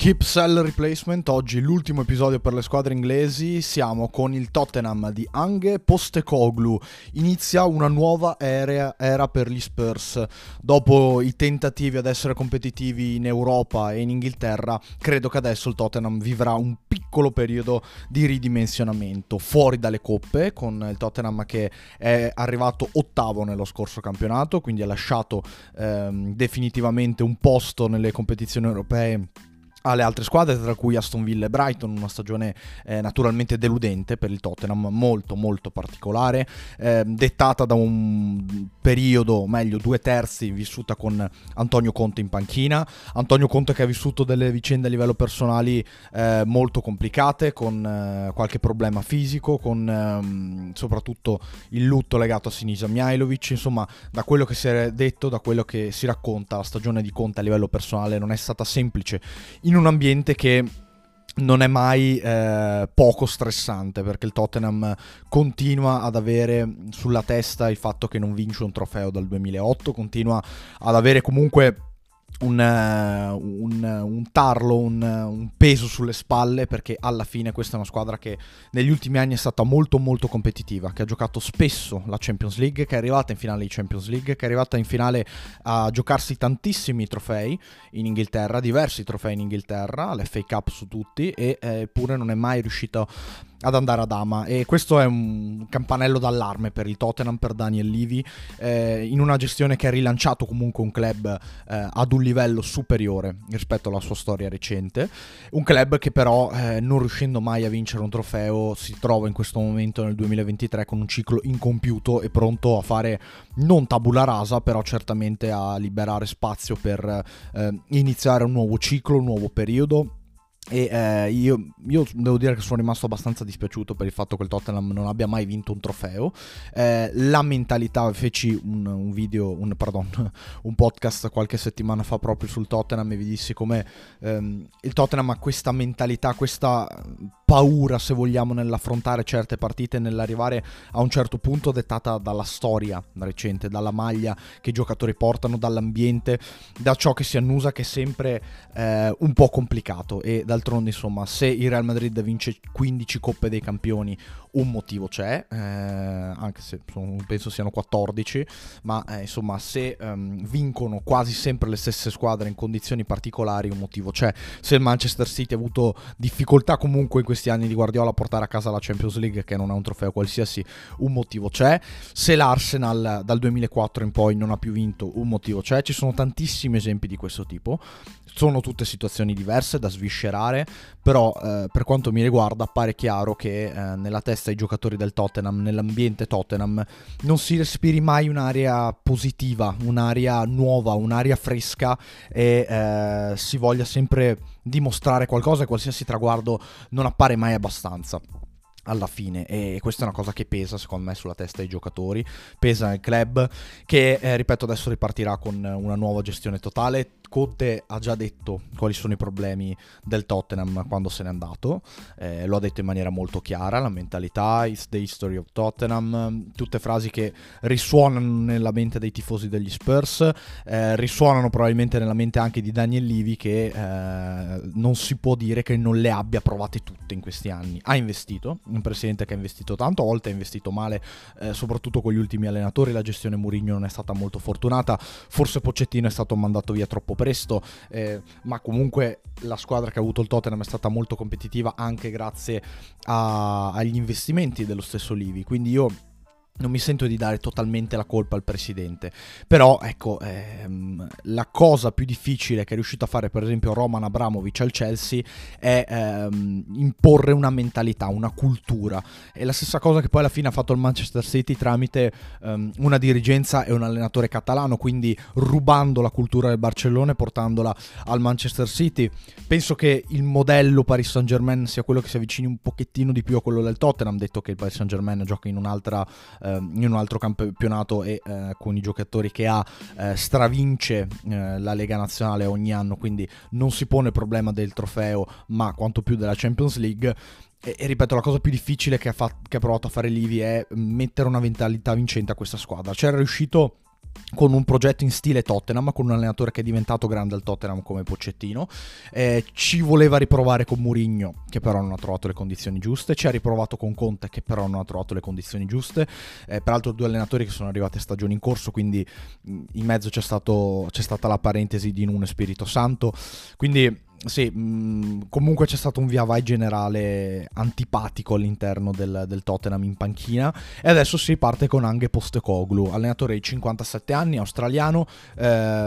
Keep Sell Replacement, oggi l'ultimo episodio per le squadre inglesi, siamo con il Tottenham di Ange Postecoglou, inizia una nuova era per gli Spurs, dopo i tentativi ad essere competitivi in Europa e in Inghilterra, credo che adesso il Tottenham vivrà un piccolo periodo di ridimensionamento, fuori dalle coppe, con il Tottenham che è arrivato ottavo nello scorso campionato, quindi ha lasciato definitivamente un posto nelle competizioni europee alle altre squadre, tra cui Aston Villa e Brighton. Una stagione naturalmente deludente per il Tottenham, molto molto particolare, dettata da un periodo, meglio 2/3 vissuta con Antonio Conte in panchina. Antonio Conte che ha vissuto delle vicende a livello personali molto complicate, con qualche problema fisico, con soprattutto il lutto legato a Sinisa Mihajlovic. Insomma, da quello che si è detto, da quello che si racconta, la stagione di Conte a livello personale non è stata semplice, in un ambiente che non è mai poco stressante, perché il Tottenham continua ad avere sulla testa il fatto che non vince un trofeo dal 2008, continua ad avere comunque un tarlo, un peso sulle spalle, perché alla fine questa è una squadra che negli ultimi anni è stata molto molto competitiva, che ha giocato spesso la Champions League, che è arrivata in finale di Champions League, che è arrivata in finale a giocarsi tantissimi trofei in Inghilterra, diversi trofei in Inghilterra, l'FA Cup su tutti, e eppure non è mai riuscito ad andare ad ama, e questo è un campanello d'allarme per il Tottenham, per Daniel Levy, in una gestione che ha rilanciato comunque un club ad un livello superiore rispetto alla sua storia recente, un club che però non riuscendo mai a vincere un trofeo si trova in questo momento nel 2023 con un ciclo incompiuto e pronto a fare non tabula rasa, però certamente a liberare spazio per iniziare un nuovo ciclo, un nuovo periodo. E io devo dire che sono rimasto abbastanza dispiaciuto per il fatto che il Tottenham non abbia mai vinto un trofeo. La mentalità, feci un video, un podcast qualche settimana fa proprio sul Tottenham, e vi dissi come il Tottenham ha questa mentalità, questa paura, se vogliamo, nell'affrontare certe partite, nell'arrivare a un certo punto, dettata dalla storia recente, dalla maglia che i giocatori portano, dall'ambiente, da ciò che si annusa, che è sempre un po' complicato. E d'altronde, insomma, se il Real Madrid vince 15 Coppe dei Campioni, un motivo c'è, anche se penso siano 14, ma insomma, se vincono quasi sempre le stesse squadre in condizioni particolari, un motivo c'è. Se il Manchester City ha avuto difficoltà comunque in questi anni di Guardiola a portare a casa la Champions League, che non è un trofeo qualsiasi, un motivo c'è. Se l'Arsenal dal 2004 in poi non ha più vinto, un motivo c'è. Ci sono tantissimi esempi di questo tipo, sono tutte situazioni diverse da sviscerare, però per quanto mi riguarda appare chiaro che nella testa dei giocatori del Tottenham, nell'ambiente Tottenham, non si respiri mai un'aria positiva, un'aria nuova, un'aria fresca, e si voglia sempre dimostrare qualcosa, e qualsiasi traguardo non appare mai abbastanza alla fine. E questa è una cosa che pesa, secondo me, sulla testa dei giocatori, pesa nel club, che ripeto, adesso ripartirà con una nuova gestione totale. Conte ha già detto quali sono i problemi del Tottenham quando se n'è andato, lo ha detto in maniera molto chiara: la mentalità, it's the history of Tottenham, tutte frasi che risuonano nella mente dei tifosi degli Spurs, risuonano probabilmente nella mente anche di Daniel Levy, che non si può dire che non le abbia provate tutte in questi anni. Ha investito, un presidente che ha investito tanto, a volte ha investito male, soprattutto con gli ultimi allenatori. La gestione Mourinho non è stata molto fortunata, forse Pochettino è stato mandato via troppo presto, ma comunque la squadra che ha avuto il Tottenham è stata molto competitiva anche grazie agli investimenti dello stesso Levy, quindi io non mi sento di dare totalmente la colpa al presidente. Però ecco, la cosa più difficile che è riuscito a fare per esempio Roman Abramovich al Chelsea è imporre una mentalità, una cultura. È la stessa cosa che poi alla fine ha fatto il Manchester City tramite una dirigenza e un allenatore catalano, quindi rubando la cultura del Barcellona e portandola al Manchester City. Penso che il modello Paris Saint-Germain sia quello che si avvicini un pochettino di più a quello del Tottenham, detto che il Paris Saint-Germain gioca in un altro campionato e con i giocatori che ha stravince la Lega Nazionale ogni anno, quindi non si pone il problema del trofeo, ma quanto più della Champions League. E ripeto, la cosa più difficile che ha provato a fare Levy è mettere una mentalità vincente a questa squadra. C'era riuscito con un progetto in stile Tottenham, con un allenatore che è diventato grande al Tottenham come Pochettino. Ci voleva riprovare con Mourinho, che però non ha trovato le condizioni giuste, ci ha riprovato con Conte, che però non ha trovato le condizioni giuste, peraltro due allenatori che sono arrivati a stagioni in corso, quindi in mezzo c'è stata la parentesi di Nuno Spirito Santo, quindi sì, comunque c'è stato un via vai generale antipatico all'interno del Tottenham in panchina, e adesso si parte con Ange Postecoglou, allenatore di 57 anni, australiano, che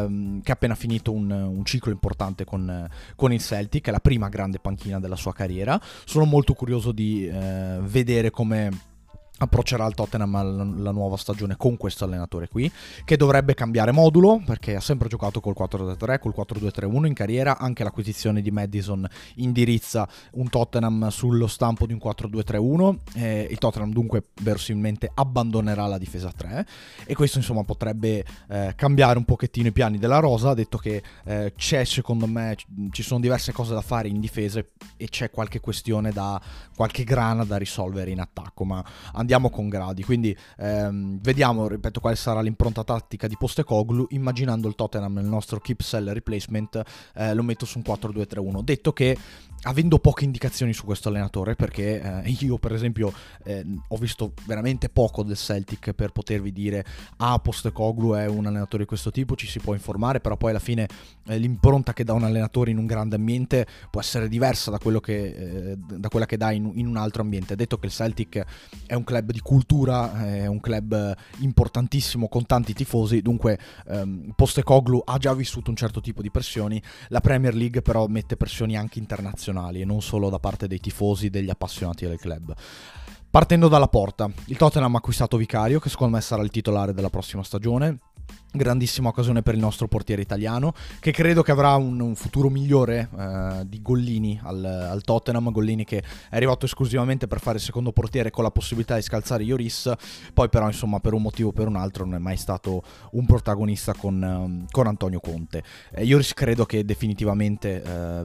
ha appena finito un ciclo importante con il Celtic, è la prima grande panchina della sua carriera. Sono molto curioso di vedere come approccerà il Tottenham la nuova stagione con questo allenatore qui, che dovrebbe cambiare modulo, perché ha sempre giocato col 4-3-3, col 4-2-3-1 in carriera. Anche l'acquisizione di Maddison indirizza un Tottenham sullo stampo di un 4-2-3-1, il Tottenham dunque verosimilmente abbandonerà la difesa 3, e questo insomma potrebbe cambiare un pochettino i piani della rosa. Ha detto che c'è, secondo me, ci sono diverse cose da fare in difesa e c'è qualche questione qualche grana da risolvere in attacco, ma andiamo con gradi, quindi vediamo, ripeto, quale sarà l'impronta tattica di Postecoglou. Immaginando il Tottenham nel nostro keep sell replacement, lo metto su un 4-2-3-1, detto che avendo poche indicazioni su questo allenatore, perché io per esempio ho visto veramente poco del Celtic per potervi dire Postecoglou è un allenatore di questo tipo, ci si può informare, però poi alla fine l'impronta che dà un allenatore in un grande ambiente può essere diversa da quella che dà in un altro ambiente. Detto che il Celtic è un club di cultura, è un club importantissimo con tanti tifosi, dunque Postecoglou ha già vissuto un certo tipo di pressioni. La Premier League però mette pressioni anche internazionali e non solo da parte dei tifosi, degli appassionati del club. Partendo dalla porta, il Tottenham ha acquistato Vicario, che secondo me sarà il titolare della prossima stagione. Grandissima occasione per il nostro portiere italiano, che credo che avrà un futuro migliore di Gollini al Tottenham. Gollini che è arrivato esclusivamente per fare il secondo portiere, con la possibilità di scalzare Lloris, poi però insomma per un motivo o per un altro non è mai stato un protagonista con Antonio Conte. Lloris credo che definitivamente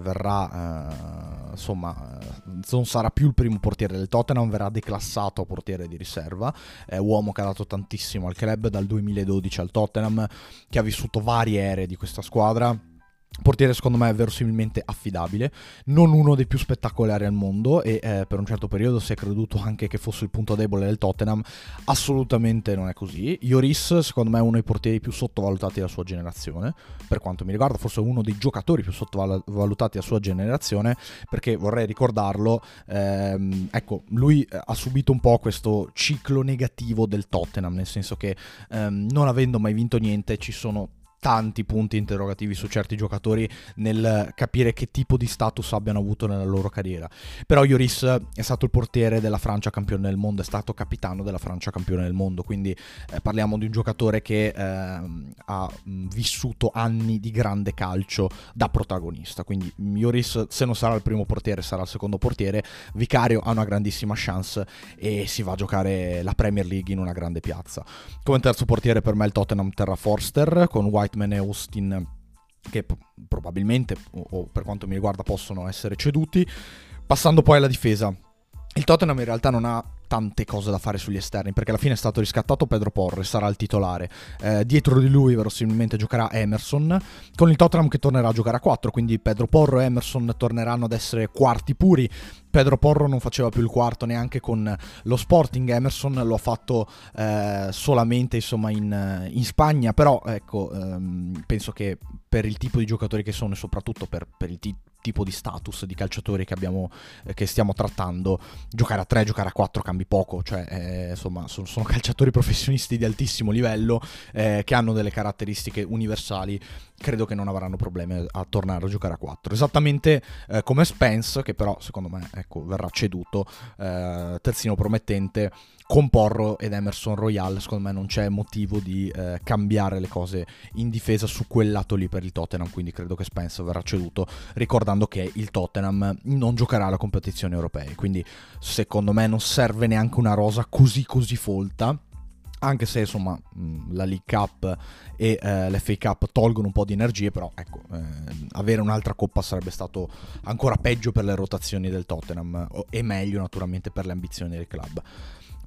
verrà non sarà più il primo portiere del Tottenham, verrà declassato a portiere di riserva. È uomo che ha dato tantissimo al club dal 2012 al Tottenham, che ha vissuto varie ere di questa squadra. Portiere secondo me verosimilmente affidabile, non uno dei più spettacolari al mondo, e per un certo periodo si è creduto anche che fosse il punto debole del Tottenham. Assolutamente non è così. Lloris secondo me è uno dei portieri più sottovalutati della sua generazione, per quanto mi riguarda forse uno dei giocatori più sottovalutati della sua generazione, perché vorrei ricordarlo, ecco, lui ha subito un po' questo ciclo negativo del Tottenham, nel senso che non avendo mai vinto niente ci sono tanti punti interrogativi su certi giocatori nel capire che tipo di status abbiano avuto nella loro carriera. Però Lloris è stato il portiere della Francia campione del mondo, è stato capitano della Francia campione del mondo, quindi parliamo di un giocatore che ha vissuto anni di grande calcio da protagonista. Quindi Lloris, se non sarà il primo portiere, sarà il secondo portiere. Vicario ha una grandissima chance e si va a giocare la Premier League in una grande piazza. Come terzo portiere per me il Tottenham terrà Forster, con Whiteman e Austin che probabilmente, o per quanto mi riguarda, possono essere ceduti. Passando poi alla difesa, il Tottenham in realtà non ha tante cose da fare sugli esterni, perché alla fine è stato riscattato Pedro Porro e sarà il titolare. Dietro di lui verosimilmente giocherà Emerson, con il Tottenham che tornerà a giocare a 4, quindi Pedro Porro e Emerson torneranno ad essere quarti puri. Pedro Porro non faceva più il quarto neanche con lo Sporting, Emerson lo ha fatto solamente insomma in Spagna, però ecco, penso che per il tipo di giocatori che sono e soprattutto per il tipo di status di calciatori che stiamo trattando, giocare a 3, giocare a 4 cambi poco, cioè insomma sono calciatori professionisti di altissimo livello, che hanno delle caratteristiche universali. Credo che non avranno problemi a tornare a giocare a 4, esattamente come Spence, che però secondo me ecco verrà ceduto, terzino promettente. Con Porro ed Emerson Royal secondo me non c'è motivo di cambiare le cose in difesa su quel lato lì per il Tottenham, quindi credo che Spence verrà ceduto, ricordando che il Tottenham non giocherà alle competizioni europee, quindi secondo me non serve neanche una rosa così folta, anche se insomma la League Cup e l'FA Cup tolgono un po' di energie, però ecco, avere un'altra coppa sarebbe stato ancora peggio per le rotazioni del Tottenham e meglio naturalmente per le ambizioni del club.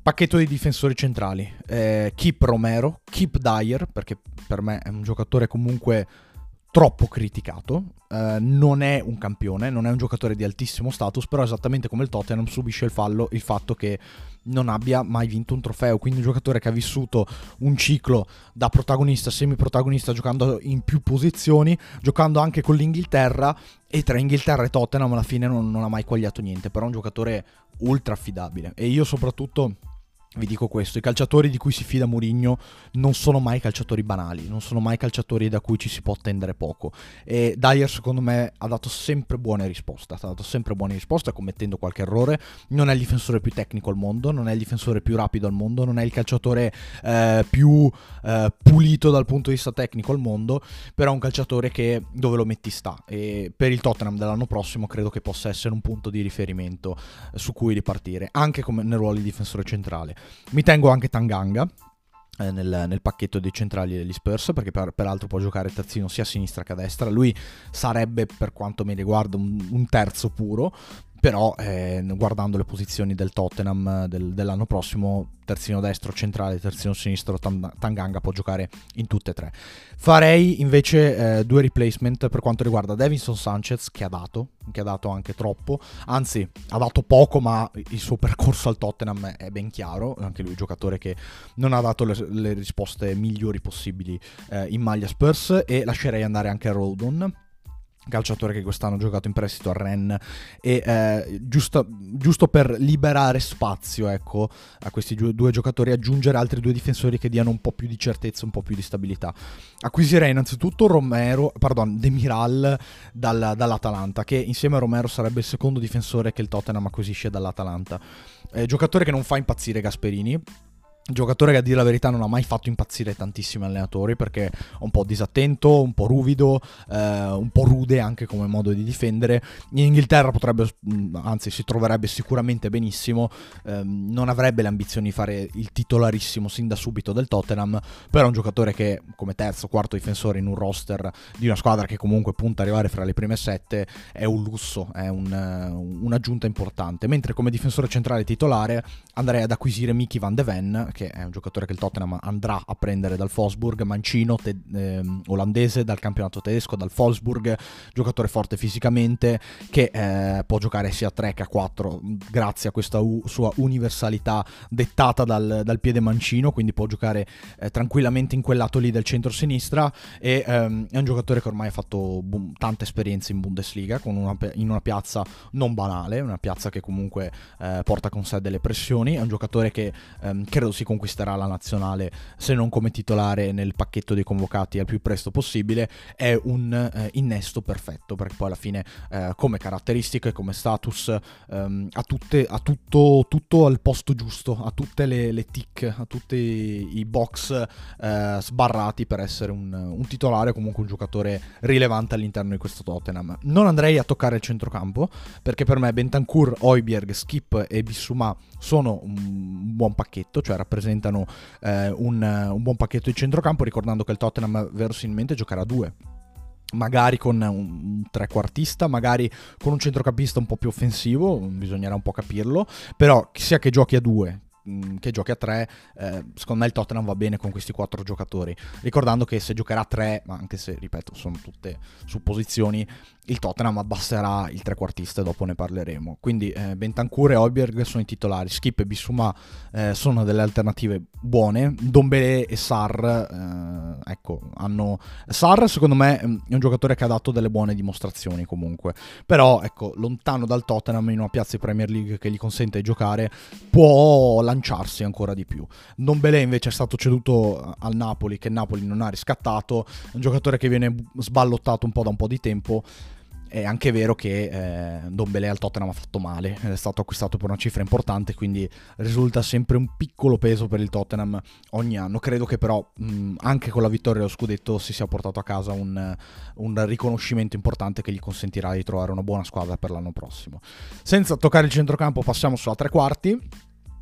pacchetto di difensori centrali, keep Romero, keep Dyer, perché per me è un giocatore comunque troppo criticato, non è un campione, non è un giocatore di altissimo status, però esattamente come il Tottenham subisce il fatto che non abbia mai vinto un trofeo, quindi un giocatore che ha vissuto un ciclo da protagonista, semi-protagonista, giocando in più posizioni, giocando anche con l'Inghilterra, e tra Inghilterra e Tottenham alla fine non ha mai quagliato niente, però è un giocatore ultra affidabile. E io soprattutto vi dico questo: i calciatori di cui si fida Mourinho non sono mai calciatori banali, non sono mai calciatori da cui ci si può attendere poco, e Dyer secondo me ha dato sempre buone risposte, commettendo qualche errore. Non è il difensore più tecnico al mondo, non è il difensore più rapido al mondo, non è il calciatore più pulito dal punto di vista tecnico al mondo, però è un calciatore che dove lo metti sta, e per il Tottenham dell'anno prossimo credo che possa essere un punto di riferimento su cui ripartire, anche come nel ruolo di difensore centrale. Mi tengo anche Tanganga nel pacchetto dei centrali degli Spurs, perché peraltro può giocare terzino sia a sinistra che a destra. Lui sarebbe, per quanto mi riguarda, un terzo puro, però guardando le posizioni del Tottenham dell'anno prossimo, terzino destro centrale, terzino sinistro, Tanganga può giocare in tutte e tre. Farei invece due replacement per quanto riguarda Davinson Sanchez, che ha dato anche troppo, anzi ha dato poco, ma il suo percorso al Tottenham è ben chiaro, anche lui è un giocatore che non ha dato le risposte migliori possibili in maglia Spurs. E lascerei andare anche Rodon, calciatore che quest'anno ha giocato in prestito a Rennes, e giusto per liberare spazio, ecco, a questi due giocatori, aggiungere altri due difensori che diano un po' più di certezza, un po' più di stabilità. Acquisirei innanzitutto Demiral dall'Atalanta, che insieme a Romero sarebbe il secondo difensore che il Tottenham acquisisce dall'Atalanta. Giocatore che non fa impazzire Gasperini, giocatore che a dire la verità non ha mai fatto impazzire tantissimi allenatori, perché è un po' disattento, un po' ruvido, un po' rude anche come modo di difendere. In Inghilterra anzi si troverebbe sicuramente benissimo, non avrebbe le ambizioni di fare il titolarissimo sin da subito del Tottenham, però è un giocatore che come terzo, quarto difensore in un roster di una squadra che comunque punta ad arrivare fra le prime 7 è un lusso, è un'aggiunta importante. Mentre come difensore centrale titolare andrei ad acquisire Mickey van de Ven, che è un giocatore che il Tottenham andrà a prendere dal Wolfsburg, mancino, olandese, dal campionato tedesco, dal Wolfsburg, giocatore forte fisicamente, che può giocare sia a 3 che a 4 grazie a questa sua universalità dettata dal piede mancino, quindi può giocare tranquillamente in quel lato lì del centro-sinistra, e è un giocatore che ormai ha fatto tante esperienze in Bundesliga, in una piazza non banale, una piazza che comunque porta con sé delle pressioni. È un giocatore che credo si conquisterà la nazionale, se non come titolare, nel pacchetto dei convocati al più presto possibile. È un innesto perfetto, perché poi alla fine come caratteristiche, come status, ha tutto al posto giusto, ha tutte le tick, ha tutti i box sbarrati per essere un titolare, comunque un giocatore rilevante all'interno di questo Tottenham. Non andrei a toccare il centrocampo, perché per me Bentancur, Højbjerg, Skip e Bissouma sono un buon pacchetto, cioè rappresentano un buon pacchetto di centrocampo, ricordando che il Tottenham verosimilmente giocherà a due, magari con un trequartista, magari con un centrocampista un po' più offensivo, bisognerà un po' capirlo, però sia che giochi a due che giochi a 3, secondo me il Tottenham va bene con questi 4 giocatori, ricordando che se giocherà a 3, ma anche se, ripeto, sono tutte supposizioni, il Tottenham abbasserà il trequartista e dopo ne parleremo. Quindi Bentancur e Højbjerg sono i titolari, Skip e Bissouma sono delle alternative buone. Ndombele e Sarr, Sarr secondo me è un giocatore che ha dato delle buone dimostrazioni comunque, però ecco, lontano dal Tottenham, in una piazza di Premier League che gli consente di giocare, può lanciarsi ancora di più. Ndombele invece è stato ceduto al Napoli, che Napoli non ha riscattato, è un giocatore che viene sballottato un po' di tempo. È anche vero che Ndombele al Tottenham ha fatto male, è stato acquistato per una cifra importante, quindi risulta sempre un piccolo peso per il Tottenham ogni anno. Credo che però anche con la vittoria dello scudetto si sia portato a casa un riconoscimento importante che gli consentirà di trovare una buona squadra per l'anno prossimo. Senza toccare il centrocampo passiamo sulla tre quarti.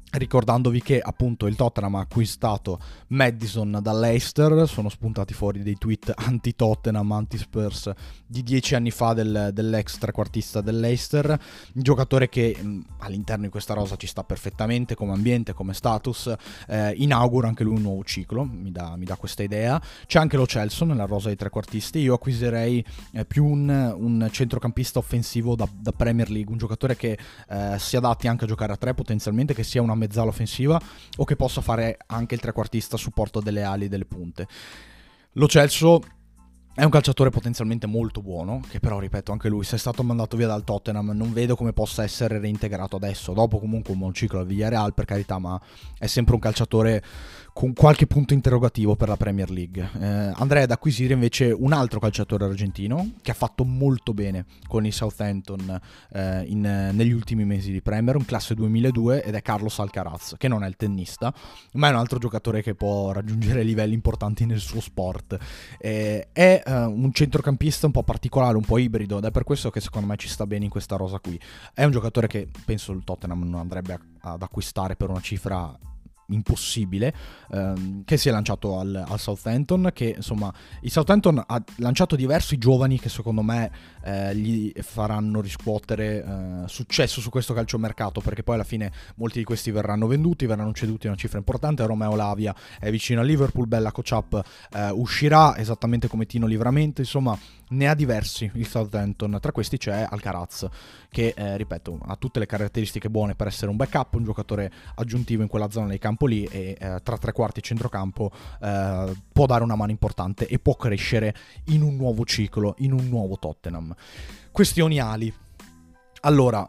ricordandovi che appunto il Tottenham ha acquistato Maddison dall'Leicester. Sono spuntati fuori dei tweet anti-Tottenham, anti-Spurs di 10 anni fa dell'ex trequartista dell'Leicester, un giocatore che all'interno di questa rosa ci sta perfettamente come ambiente, come status, inaugura anche lui un nuovo ciclo, mi dà questa idea. C'è anche Lo Celso nella rosa dei trequartisti. Io acquisirei più un centrocampista offensivo da Premier League, un giocatore che si adatti anche a giocare a tre potenzialmente, che sia una mezzala offensiva o che possa fare anche il trequartista a supporto delle ali e delle punte. Lo Celso è un calciatore potenzialmente molto buono, che però, ripeto, anche lui, se è stato mandato via dal Tottenham, non vedo come possa essere reintegrato adesso. Dopo comunque un buon ciclo al Villarreal, per carità, ma è sempre un calciatore con qualche punto interrogativo per la Premier League. Andrei ad acquisire invece un altro calciatore argentino che ha fatto molto bene con il Southampton negli ultimi mesi di Premier, un classe 2002, ed è Carlos Alcaraz, che non è il tennista, ma è un altro giocatore che può raggiungere livelli importanti nel suo sport. È un centrocampista un po' particolare, un po' ibrido, ed è per questo che secondo me ci sta bene in questa rosa qui. È un giocatore che penso il Tottenham non andrebbe ad acquistare per una cifra impossibile, che si è lanciato al Southampton, che insomma il Southampton ha lanciato diversi giovani che secondo me gli faranno riscuotere successo su questo calciomercato, perché poi alla fine molti di questi verranno venduti, verranno ceduti a una cifra importante. Romeo Lavia è vicino al Liverpool, Bella Kotchap uscirà esattamente come Tino Livramento, insomma ne ha diversi il Southampton. Tra questi c'è Alcaraz, che ripeto ha tutte le caratteristiche buone per essere un backup, un giocatore aggiuntivo in quella zona del campo lì, e tra tre quarti e centrocampo può dare una mano importante e può crescere in un nuovo ciclo, in un nuovo Tottenham. Questioni ali. Allora,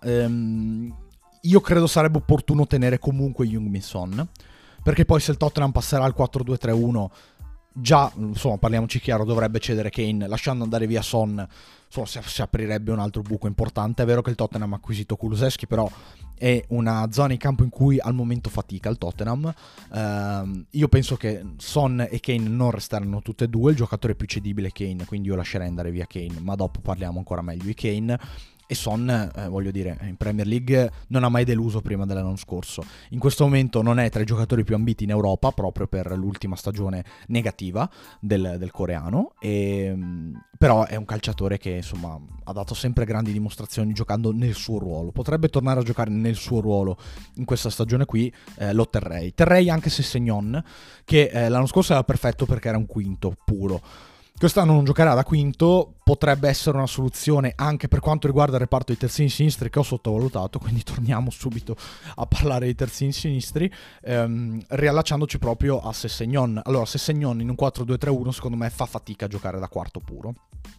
io credo sarebbe opportuno tenere comunque Heung-min Son, perché poi se il Tottenham passerà al 4-2-3-1, già, insomma, parliamoci chiaro, dovrebbe cedere Kane. Lasciando andare via Son, insomma, si aprirebbe un altro buco importante. È vero che il Tottenham ha acquisito Kulusevski, però è una zona in campo in cui al momento fatica il Tottenham. Io penso che Son e Kane non resteranno tutte e due. Il giocatore più cedibile è Kane, quindi io lascerei andare via Kane, ma dopo parliamo ancora meglio di Kane. E Son, voglio dire, in Premier League non ha mai deluso prima dell'anno scorso. In questo momento non è tra i giocatori più ambiti in Europa, proprio per l'ultima stagione negativa del coreano, però è un calciatore che insomma ha dato sempre grandi dimostrazioni giocando nel suo ruolo. Potrebbe tornare a giocare nel suo ruolo in questa stagione qui, lo terrei anche se Sessegnon, che l'anno scorso era perfetto perché era un quinto puro. Quest'anno non giocherà da quinto, potrebbe essere una soluzione anche per quanto riguarda il reparto di terzini sinistri, che ho sottovalutato, quindi torniamo subito a parlare di terzini sinistri, riallacciandoci proprio a Sessegnon. Allora, Sessegnon in un 4-2-3-1 secondo me fa fatica a giocare da quarto puro.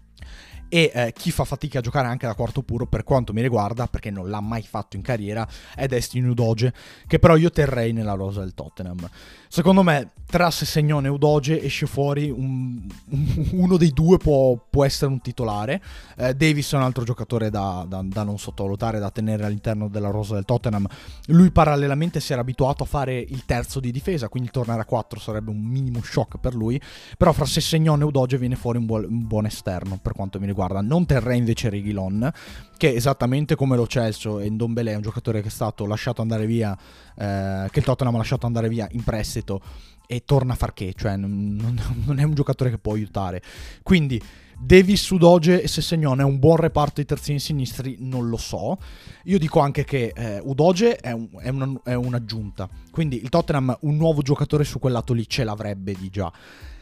E chi fa fatica a giocare anche da quarto puro, per quanto mi riguarda, perché non l'ha mai fatto in carriera, è Destiny Udogie, che però io terrei nella rosa del Tottenham. Secondo me tra Sessegnon e Udogie esce fuori uno dei due può essere un titolare. Davis è un altro giocatore da non sottovalutare, da tenere all'interno della rosa del Tottenham. Lui parallelamente si era abituato a fare il terzo di difesa, quindi tornare a 4 sarebbe un minimo shock per lui. Però fra Sessegnon e Udogie viene fuori un buon esterno per quanto mi riguarda. Non terrei invece Reguilon, che esattamente come Lo Celso e Ndombele è un giocatore che è stato lasciato andare via, che il Tottenham ha lasciato andare via in prestito e torna a far che, cioè non è un giocatore che può aiutare. Quindi Davis, Udogie e Sessegnon è un buon reparto di terzini sinistri? Non lo so. Io dico anche che Udogie è un'aggiunta, quindi il Tottenham un nuovo giocatore su quel lato lì ce l'avrebbe di già.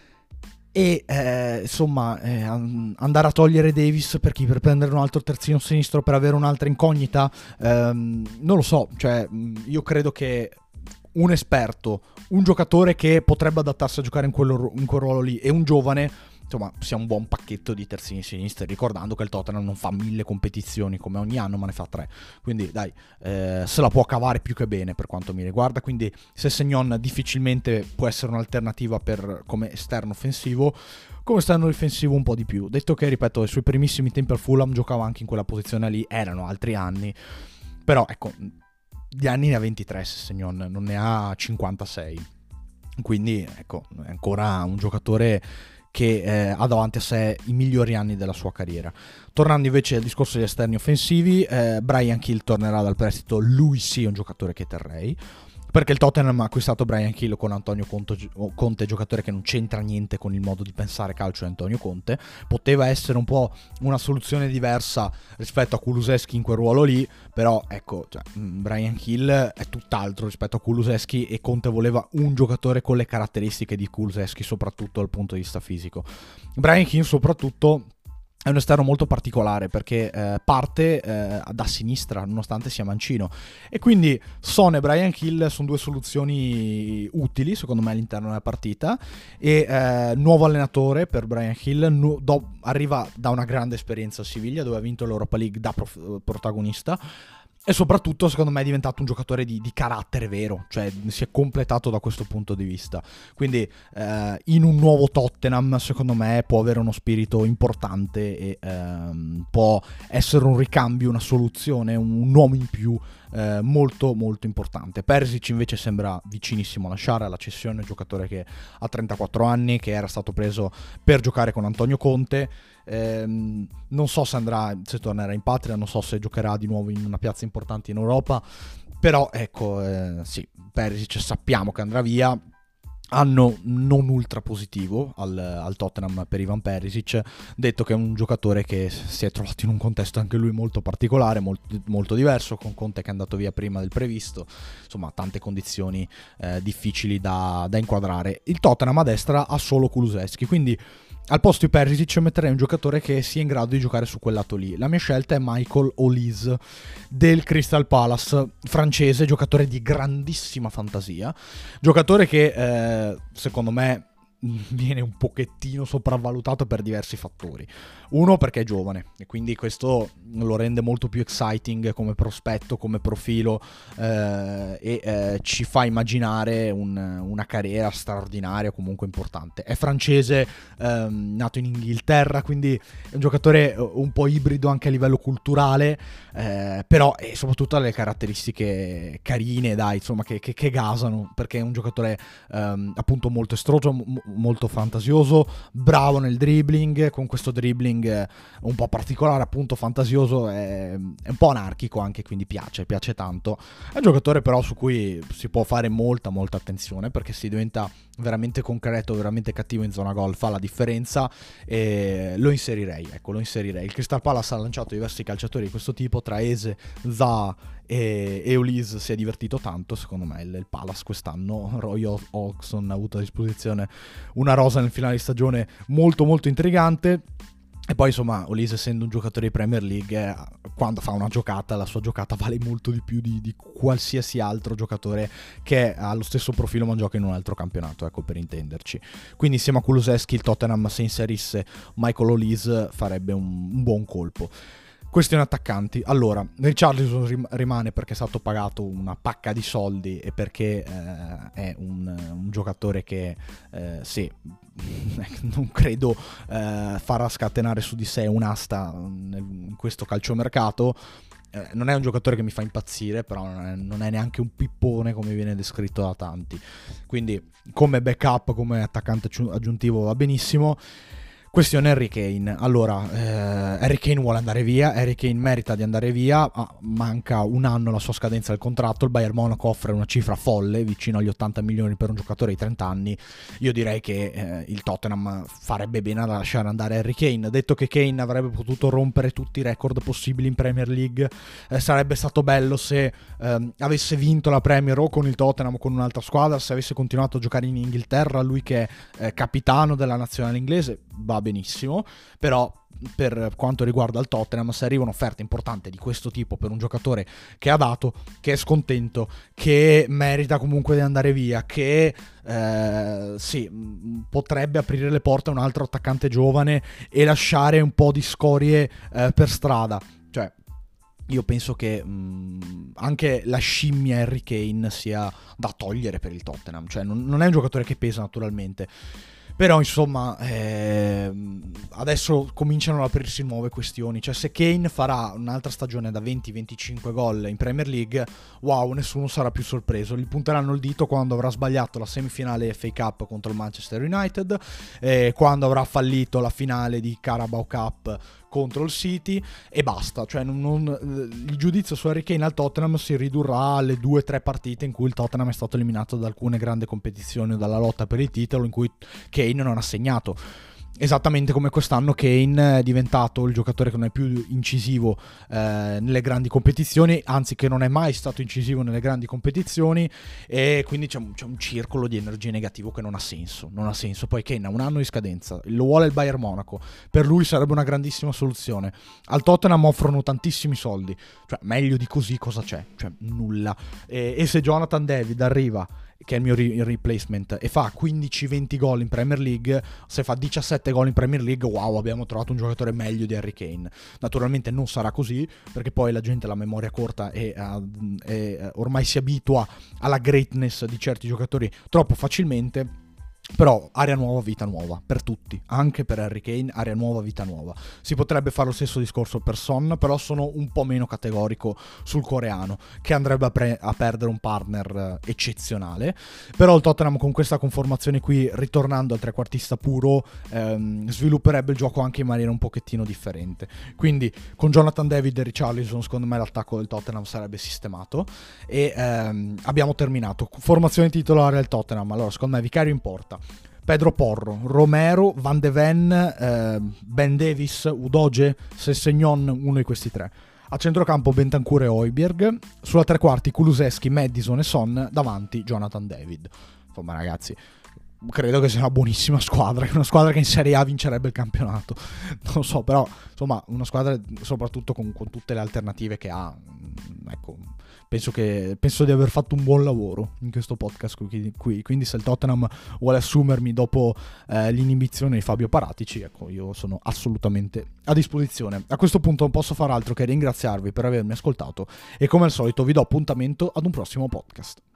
E insomma andare a togliere Davis per prendere un altro terzino sinistro, per avere un'altra incognita, non lo so. Cioè io credo che un esperto, un giocatore che potrebbe adattarsi a giocare in quel ruolo lì, e un giovane, insomma, sia un buon pacchetto di terzini sinistri, ricordando che il Tottenham non fa 1000 competizioni come ogni anno, ma ne fa 3. Quindi dai, se la può cavare più che bene per quanto mi riguarda. Quindi Sessegnon difficilmente può essere un'alternativa come esterno offensivo. Come esterno difensivo un po' di più. Detto che, ripeto, i suoi primissimi tempi al Fulham giocava anche in quella posizione lì, erano altri anni, però ecco, gli anni ne ha 23 Sessegnon, non ne ha 56. Quindi ecco, è ancora un giocatore che ha davanti a sé i migliori anni della sua carriera. Tornando invece al discorso degli esterni offensivi, Brian Hill tornerà dal prestito. Lui sì è un giocatore che terrei, perché il Tottenham ha acquistato Bryan Hill con Antonio Conte, giocatore che non c'entra niente con il modo di pensare calcio di Antonio Conte. Poteva essere un po' una soluzione diversa rispetto a Kulusevski in quel ruolo lì, però ecco, cioè, Bryan Hill è tutt'altro rispetto a Kulusevski, e Conte voleva un giocatore con le caratteristiche di Kulusevski, soprattutto dal punto di vista fisico. Bryan Hill soprattutto è un esterno molto particolare, perché parte da sinistra nonostante sia mancino, e quindi Son e Bryan Hill sono due soluzioni utili secondo me all'interno della partita. E nuovo allenatore per Bryan Hill, arriva da una grande esperienza a Siviglia, dove ha vinto l'Europa League da protagonista. E soprattutto secondo me è diventato un giocatore di carattere vero, cioè si è completato da questo punto di vista. Quindi in un nuovo Tottenham secondo me può avere uno spirito importante, e può essere un ricambio, una soluzione, un uomo in più molto molto importante. Perisic invece sembra vicinissimo a lasciare la cessione, un giocatore che ha 34 anni, che era stato preso per giocare con Antonio Conte. Non so se tornerà in patria, non so se giocherà di nuovo in una piazza importante in Europa, però ecco, sì, Perisic sappiamo che andrà via. Anno non ultra positivo al Tottenham per Ivan Perisic, detto che è un giocatore che si è trovato in un contesto anche lui molto particolare, molto diverso, con Conte che è andato via prima del previsto, insomma tante condizioni difficili da inquadrare. Il Tottenham a destra ha solo Kulusevski, quindi al posto di Perisic metterei un giocatore che sia in grado di giocare su quel lato lì. La mia scelta è Michael Olise del Crystal Palace, francese, giocatore di grandissima fantasia, giocatore che secondo me viene un pochettino sopravvalutato per diversi fattori. Uno, perché è giovane, e quindi questo lo rende molto più exciting come prospetto, come profilo, e ci fa immaginare una carriera straordinaria, comunque importante. È francese, nato in Inghilterra, quindi è un giocatore un po' ibrido anche a livello culturale, però soprattutto ha le caratteristiche carine, dai, insomma, che gasano, perché è un giocatore appunto molto estroso, molto fantasioso, bravo nel dribbling, con questo dribbling un po' particolare, appunto fantasioso, è un po' anarchico anche, quindi piace tanto. È un giocatore però su cui si può fare molta attenzione, perché si diventa veramente concreto, veramente cattivo in zona gol, fa la differenza, e lo inserirei. Il Crystal Palace ha lanciato diversi calciatori di questo tipo, tra Eze, Zaha e Olise. Si è divertito tanto, secondo me il Palace quest'anno. Roy Hodgson ha avuto a disposizione una rosa nel finale di stagione molto intrigante. E poi insomma Olise, essendo un giocatore di Premier League, quando fa una giocata, la sua giocata vale molto di più di qualsiasi altro giocatore che ha lo stesso profilo ma gioca in un altro campionato, ecco, per intenderci. Quindi insieme a Kulusevski il Tottenham, se inserisse Michael Olise, farebbe un buon colpo. Questione attaccanti. Allora, Richarlison rimane perché è stato pagato una pacca di soldi, e perché è un giocatore che sì, non credo farà scatenare su di sé un'asta in questo calciomercato. Non è un giocatore che mi fa impazzire, però non è neanche un pippone come viene descritto da tanti. Quindi come backup, come attaccante aggiuntivo va benissimo. Questione Harry Kane. Allora, Harry Kane vuole andare via, Harry Kane merita di andare via, manca un anno alla sua scadenza del contratto, il Bayern Monaco offre una cifra folle, vicino agli 80 milioni per un giocatore di 30 anni, io direi che il Tottenham farebbe bene a lasciare andare Harry Kane. Detto che Kane avrebbe potuto rompere tutti i record possibili in Premier League, sarebbe stato bello se avesse vinto la Premier o con il Tottenham o con un'altra squadra, se avesse continuato a giocare in Inghilterra, lui che è capitano della nazionale inglese, va benissimo. Però per quanto riguarda il Tottenham, se arriva un'offerta importante di questo tipo per un giocatore che ha dato, che è scontento, che merita comunque di andare via, che sì, potrebbe aprire le porte a un altro attaccante giovane e lasciare un po' di scorie per strada, cioè io penso che anche la scimmia Harry Kane sia da togliere per il Tottenham. Cioè non è un giocatore che pesa naturalmente, Però insomma adesso cominciano ad aprirsi nuove questioni, cioè se Kane farà un'altra stagione da 20-25 gol in Premier League, wow, nessuno sarà più sorpreso, gli punteranno il dito quando avrà sbagliato la semifinale FA Cup contro il Manchester United, quando avrà fallito la finale di Carabao Cup contro il City, e basta. Cioè il giudizio su Harry Kane al Tottenham si ridurrà alle 2-3 partite in cui il Tottenham è stato eliminato da alcune grandi competizioni o dalla lotta per il titolo, in cui Kane non ha segnato. Esattamente come quest'anno Kane è diventato il giocatore che non è più incisivo nelle grandi competizioni, anzi che non è mai stato incisivo nelle grandi competizioni, e quindi c'è un circolo di energia negativo che non ha senso. Poi Kane ha un anno di scadenza, lo vuole il Bayern Monaco, per lui sarebbe una grandissima soluzione. Al Tottenham offrono tantissimi soldi, cioè meglio di così cosa c'è? Cioè nulla. E se Jonathan David arriva, che è il mio replacement, e fa 15-20 gol in Premier League, se fa 17 gol in Premier League, wow, abbiamo trovato un giocatore meglio di Harry Kane. Naturalmente non sarà così, perché poi la gente ha la memoria corta e ormai si abitua alla greatness di certi giocatori troppo facilmente. Però aria nuova, vita nuova per tutti, anche per Harry Kane, aria nuova, vita nuova. Si potrebbe fare lo stesso discorso per Son, però sono un po' meno categorico sul coreano, che andrebbe a perdere un partner eccezionale. Però il Tottenham con questa conformazione qui, ritornando al trequartista puro, svilupperebbe il gioco anche in maniera un pochettino differente. Quindi con Jonathan David e Richarlison secondo me l'attacco del Tottenham sarebbe sistemato. E abbiamo terminato. Formazione titolare del Tottenham. Allora secondo me vicario in porta: Pedro Porro, Romero, Van de Ven, Ben Davis, Udogie, Sessegnon, uno di questi tre. A centrocampo Bentancur e Højbjerg. Sulla tre quarti Kulusevski, Maddison e Son. Davanti Jonathan David. Insomma ragazzi, credo che sia una buonissima squadra, una squadra che in Serie A vincerebbe il campionato. Non so, però insomma una squadra soprattutto con tutte le alternative che ha. Ecco, penso di aver fatto un buon lavoro in questo podcast qui. Quindi se il Tottenham vuole assumermi dopo l'inibizione di Fabio Paratici, ecco, io sono assolutamente a disposizione. A questo punto non posso far altro che ringraziarvi per avermi ascoltato, e come al solito vi do appuntamento ad un prossimo podcast.